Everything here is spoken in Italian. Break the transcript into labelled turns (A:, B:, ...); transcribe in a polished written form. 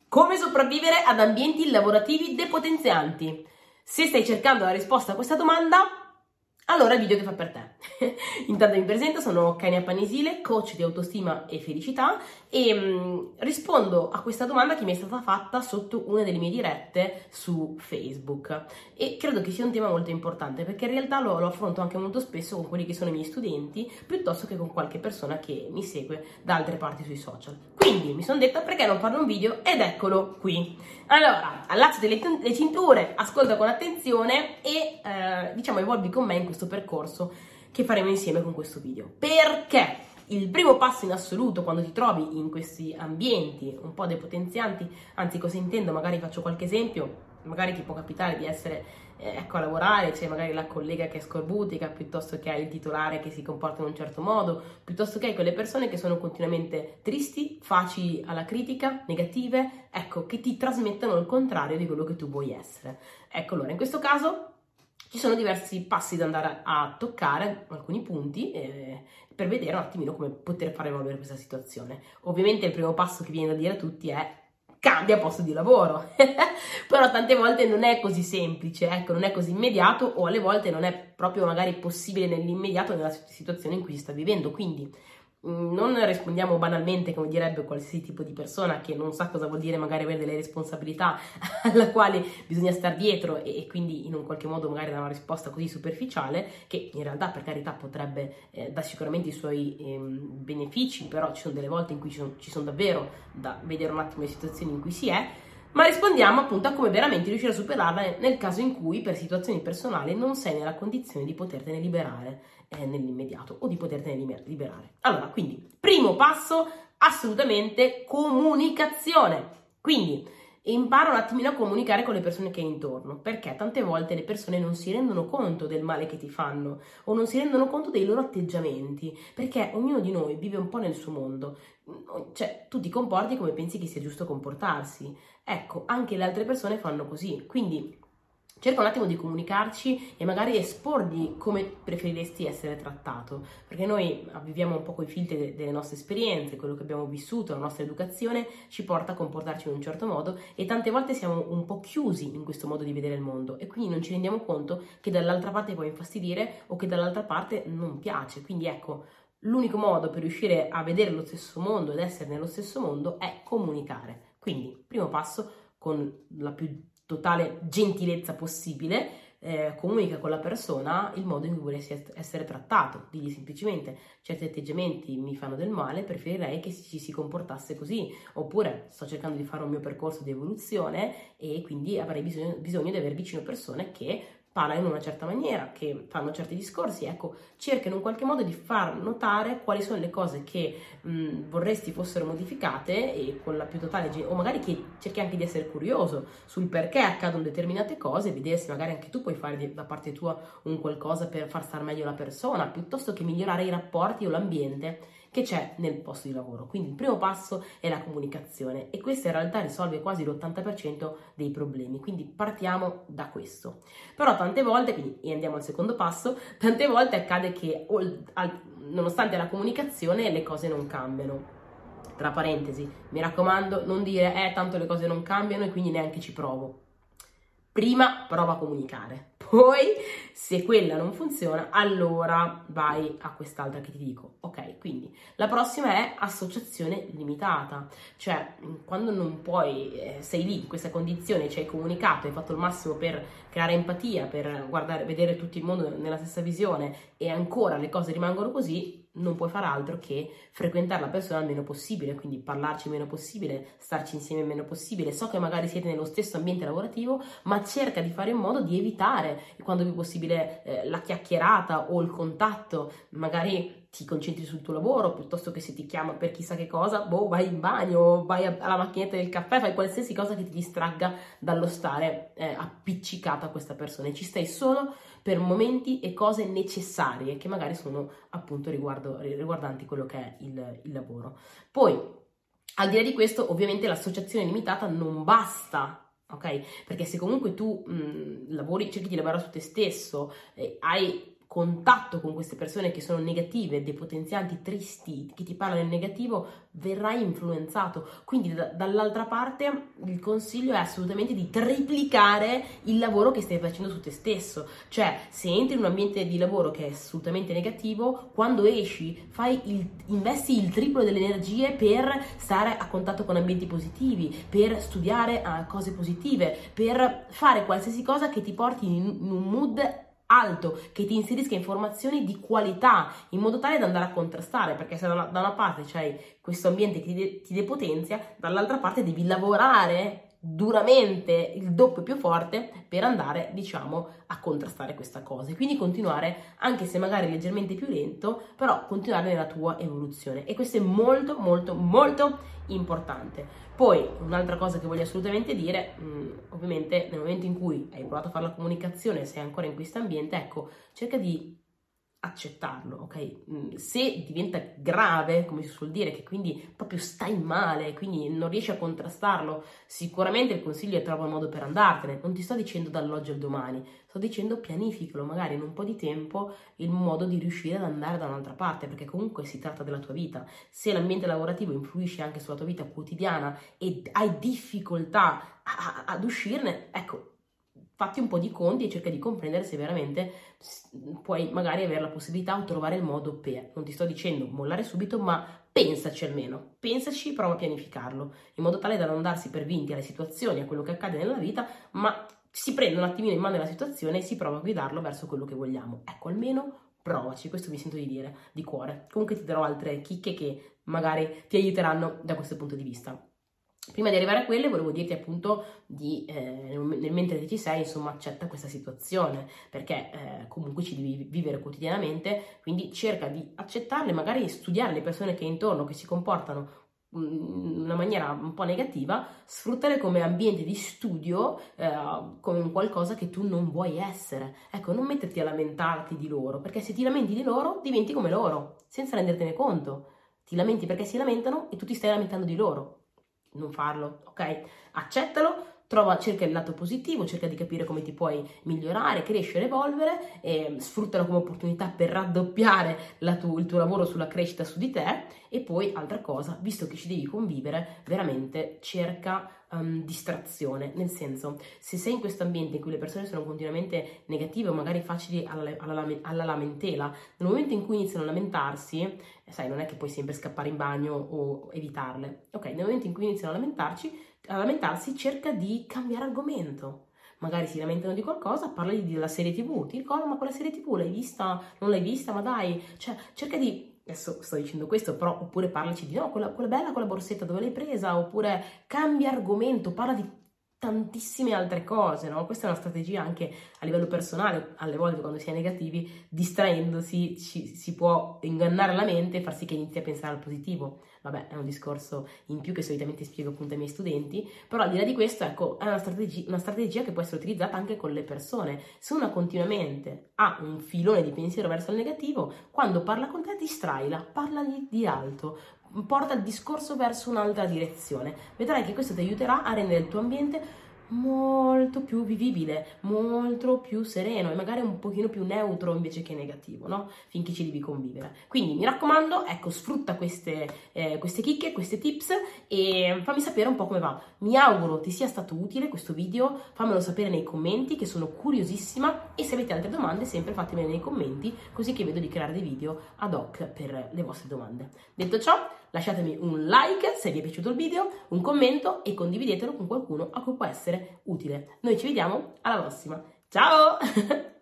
A: Come sopravvivere ad ambienti lavorativi depotenzianti? Se stai cercando la risposta a questa domanda, allora il video che fa per te. Intanto mi presento, sono Kania Panisile, coach di autostima e felicità e rispondo a questa domanda che mi è stata fatta sotto una delle mie dirette su Facebook e credo che sia un tema molto importante perché in realtà lo affronto anche molto spesso con quelli che sono i miei studenti piuttosto che con qualche persona che mi segue da altre parti sui social. Quindi mi sono detta perché non farne un video ed eccolo qui. Allora, allacciati le cinture, ascolta con attenzione e evolvi con me in questo percorso che faremo insieme con questo video. Perché il primo passo in assoluto quando ti trovi in questi ambienti un po' depotenzianti, anzi cosa intendo, magari faccio qualche esempio, magari ti può capitare di essere a lavorare, c'è magari la collega che è scorbutica, piuttosto che hai il titolare che si comporta in un certo modo, piuttosto che hai quelle persone che sono continuamente tristi, facili alla critica, negative, ecco, che ti trasmettono il contrario di quello che tu vuoi essere. Ecco, allora, in questo caso ci sono diversi passi da andare a toccare, alcuni punti, per vedere un attimino come poter far evolvere questa situazione. Ovviamente il primo passo che viene da dire a tutti è cambia posto di lavoro, però tante volte non è così semplice, ecco, non è così immediato o alle volte non è proprio magari possibile nell'immediato nella situazione in cui si sta vivendo, quindi non rispondiamo banalmente come direbbe qualsiasi tipo di persona che non sa cosa vuol dire magari avere delle responsabilità alla quale bisogna star dietro e quindi in un qualche modo magari dare una risposta così superficiale che in realtà per carità potrebbe dare sicuramente i suoi benefici, però ci sono delle volte in cui ci sono davvero da vedere un attimo le situazioni in cui si è, ma rispondiamo appunto a come veramente riuscire a superarla nel caso in cui per situazioni personali non sei nella condizione di potertene liberare nell'immediato o di potertene liberare. Allora, quindi, primo passo, assolutamente comunicazione. Quindi, impara un attimino a comunicare con le persone che hai intorno, perché tante volte le persone non si rendono conto del male che ti fanno o non si rendono conto dei loro atteggiamenti, perché ognuno di noi vive un po' nel suo mondo, cioè tu ti comporti come pensi che sia giusto comportarsi. Ecco, anche le altre persone fanno così, quindi cerca un attimo di comunicarci e magari esporgli come preferiresti essere trattato, perché noi viviamo un po' coi filtri delle nostre esperienze, quello che abbiamo vissuto, la nostra educazione ci porta a comportarci in un certo modo e tante volte siamo un po' chiusi in questo modo di vedere il mondo e quindi non ci rendiamo conto che dall'altra parte può infastidire o che dall'altra parte non piace. Quindi ecco, l'unico modo per riuscire a vedere lo stesso mondo ed essere nello stesso mondo è comunicare. Quindi, primo passo, con la più totale gentilezza possibile, comunica con la persona il modo in cui vorresti essere trattato. Digli semplicemente: certi atteggiamenti mi fanno del male, preferirei che ci si comportasse così, oppure sto cercando di fare un mio percorso di evoluzione e quindi avrei bisogno di avere vicino persone che parlano in una certa maniera, che fanno certi discorsi. Ecco, cerca in un qualche modo di far notare quali sono le cose che vorresti fossero modificate e con la più totale, o magari che cerchi anche di essere curioso sul perché accadono determinate cose, vedere se magari anche tu puoi fare da parte tua un qualcosa per far star meglio la persona, piuttosto che migliorare i rapporti o l'ambiente che c'è nel posto di lavoro. Quindi il primo passo è la comunicazione e questo in realtà risolve quasi l'80% dei problemi, quindi partiamo da questo. Però tante volte, e andiamo al secondo passo, tante volte accade che nonostante la comunicazione le cose non cambiano. Tra parentesi, mi raccomando, non dire tanto le cose non cambiano e quindi neanche ci provo. Prima prova a comunicare, poi se quella non funziona allora vai a quest'altra che ti dico. Ok, quindi la prossima è associazione limitata, cioè quando non puoi, sei lì in questa condizione, ci hai comunicato, hai fatto il massimo per creare empatia, per vedere tutto il mondo nella stessa visione e ancora le cose rimangono così, non puoi fare altro che frequentare la persona il meno possibile, quindi parlarci il meno possibile, starci insieme il meno possibile. So che magari siete nello stesso ambiente lavorativo, ma cerca di fare in modo di evitare quando più possibile la chiacchierata o il contatto. Magari ti concentri sul tuo lavoro piuttosto che se ti chiama per chissà che cosa, vai in bagno, vai alla macchinetta del caffè, fai qualsiasi cosa che ti distragga dallo stare appiccicata a questa persona e ci stai solo per momenti e cose necessarie che magari sono appunto riguardanti quello che è il lavoro. Poi, al di là di questo, ovviamente l'associazione limitata non basta, ok? Perché se comunque tu cerchi di lavorare su te stesso, hai contatto con queste persone che sono negative, depotenzianti, tristi, che ti parlano in negativo, verrai influenzato. Quindi dall'altra parte il consiglio è assolutamente di triplicare il lavoro che stai facendo su te stesso. Cioè, se entri in un ambiente di lavoro che è assolutamente negativo, quando esci investi il triplo delle energie per stare a contatto con ambienti positivi, per studiare cose positive, per fare qualsiasi cosa che ti porti in un mood alto, che ti inserisca informazioni di qualità, in modo tale da andare a contrastare, perché se da una parte c'hai questo ambiente che ti depotenzia, dall'altra parte devi lavorare duramente il doppio più forte per andare, diciamo, a contrastare questa cosa, e quindi continuare, anche se magari leggermente più lento, però continuare nella tua evoluzione, e questo è molto molto molto importante. Poi un'altra cosa che voglio assolutamente dire, ovviamente nel momento in cui hai provato a fare la comunicazione, sei ancora in questo ambiente, ecco, cerca di accettarlo, ok? Se diventa grave, come si suol dire, che quindi proprio stai male, quindi non riesci a contrastarlo, sicuramente il consiglio è trova un modo per andartene. Non ti sto dicendo dall'oggi al domani, sto dicendo pianificalo, magari in un po' di tempo, il modo di riuscire ad andare da un'altra parte, perché comunque si tratta della tua vita. Se l'ambiente lavorativo influisce anche sulla tua vita quotidiana e hai difficoltà ad uscirne, ecco, fatti un po' di conti e cerca di comprendere se veramente puoi magari avere la possibilità o trovare il modo per, non ti sto dicendo mollare subito, ma pensaci almeno, pensaci, prova a pianificarlo, in modo tale da non darsi per vinti alle situazioni, a quello che accade nella vita, ma si prende un attimino in mano la situazione e si prova a guidarlo verso quello che vogliamo. Ecco, almeno provaci, questo mi sento di dire, di cuore. Comunque ti darò altre chicche che magari ti aiuteranno da questo punto di vista. Prima di arrivare a quelle volevo dirti appunto nel mentre ci sei, insomma, accetta questa situazione, perché comunque ci devi vivere quotidianamente, quindi cerca di accettarle, magari studiare le persone che hai intorno che si comportano in una maniera un po' negativa, sfruttare come ambiente di studio, come un qualcosa che tu non vuoi essere. Ecco, non metterti a lamentarti di loro, perché se ti lamenti di loro diventi come loro, senza rendertene conto. Ti lamenti perché si lamentano e tu ti stai lamentando di loro. Non farlo, ok? Accettalo, cerca il lato positivo, cerca di capire come ti puoi migliorare, crescere, evolvere, e sfruttalo come opportunità per raddoppiare il tuo lavoro sulla crescita su di te. E poi, altra cosa, visto che ci devi convivere, veramente cerca distrazione, nel senso, se sei in questo ambiente in cui le persone sono continuamente negative o magari facili alla lamentela, nel momento in cui iniziano a lamentarsi, sai, non è che puoi sempre scappare in bagno o evitarle, ok? Nel momento in cui iniziano a lamentarsi, cerca di cambiare argomento. Magari si lamentano di qualcosa, parlagli della serie TV, ti ricordo, ma quella serie TV l'hai vista? Non l'hai vista? Ma dai, cioè, cerca di... Adesso sto dicendo questo, però, oppure parlaci di no, quella bella, quella borsetta, dove l'hai presa? Oppure cambia argomento, parla di tantissime altre cose, no? Questa è una strategia anche a livello personale. Alle volte quando si è negativi, distraendosi, si può ingannare la mente e far sì che inizi a pensare al positivo. Vabbè, è un discorso in più che solitamente spiego appunto ai miei studenti, però al di là di questo, ecco, è una strategia che può essere utilizzata anche con le persone. Se una continuamente ha un filone di pensiero verso il negativo, quando parla con te distraila, parlagli di altro, porta il discorso verso un'altra direzione. Vedrai che questo ti aiuterà a rendere il tuo ambiente molto più vivibile, molto più sereno e magari un pochino più neutro invece che negativo, no? Finché ci devi convivere. Quindi mi raccomando, ecco, sfrutta queste chicche, queste tips e fammi sapere un po' come va. Mi auguro ti sia stato utile questo video, fammelo sapere nei commenti che sono curiosissima, e se avete altre domande sempre fatemele nei commenti, così che vedo di creare dei video ad hoc per le vostre domande. Detto ciò, lasciatemi un like se vi è piaciuto il video, un commento e condividetelo con qualcuno a cui può essere utile. Noi ci vediamo alla prossima. Ciao!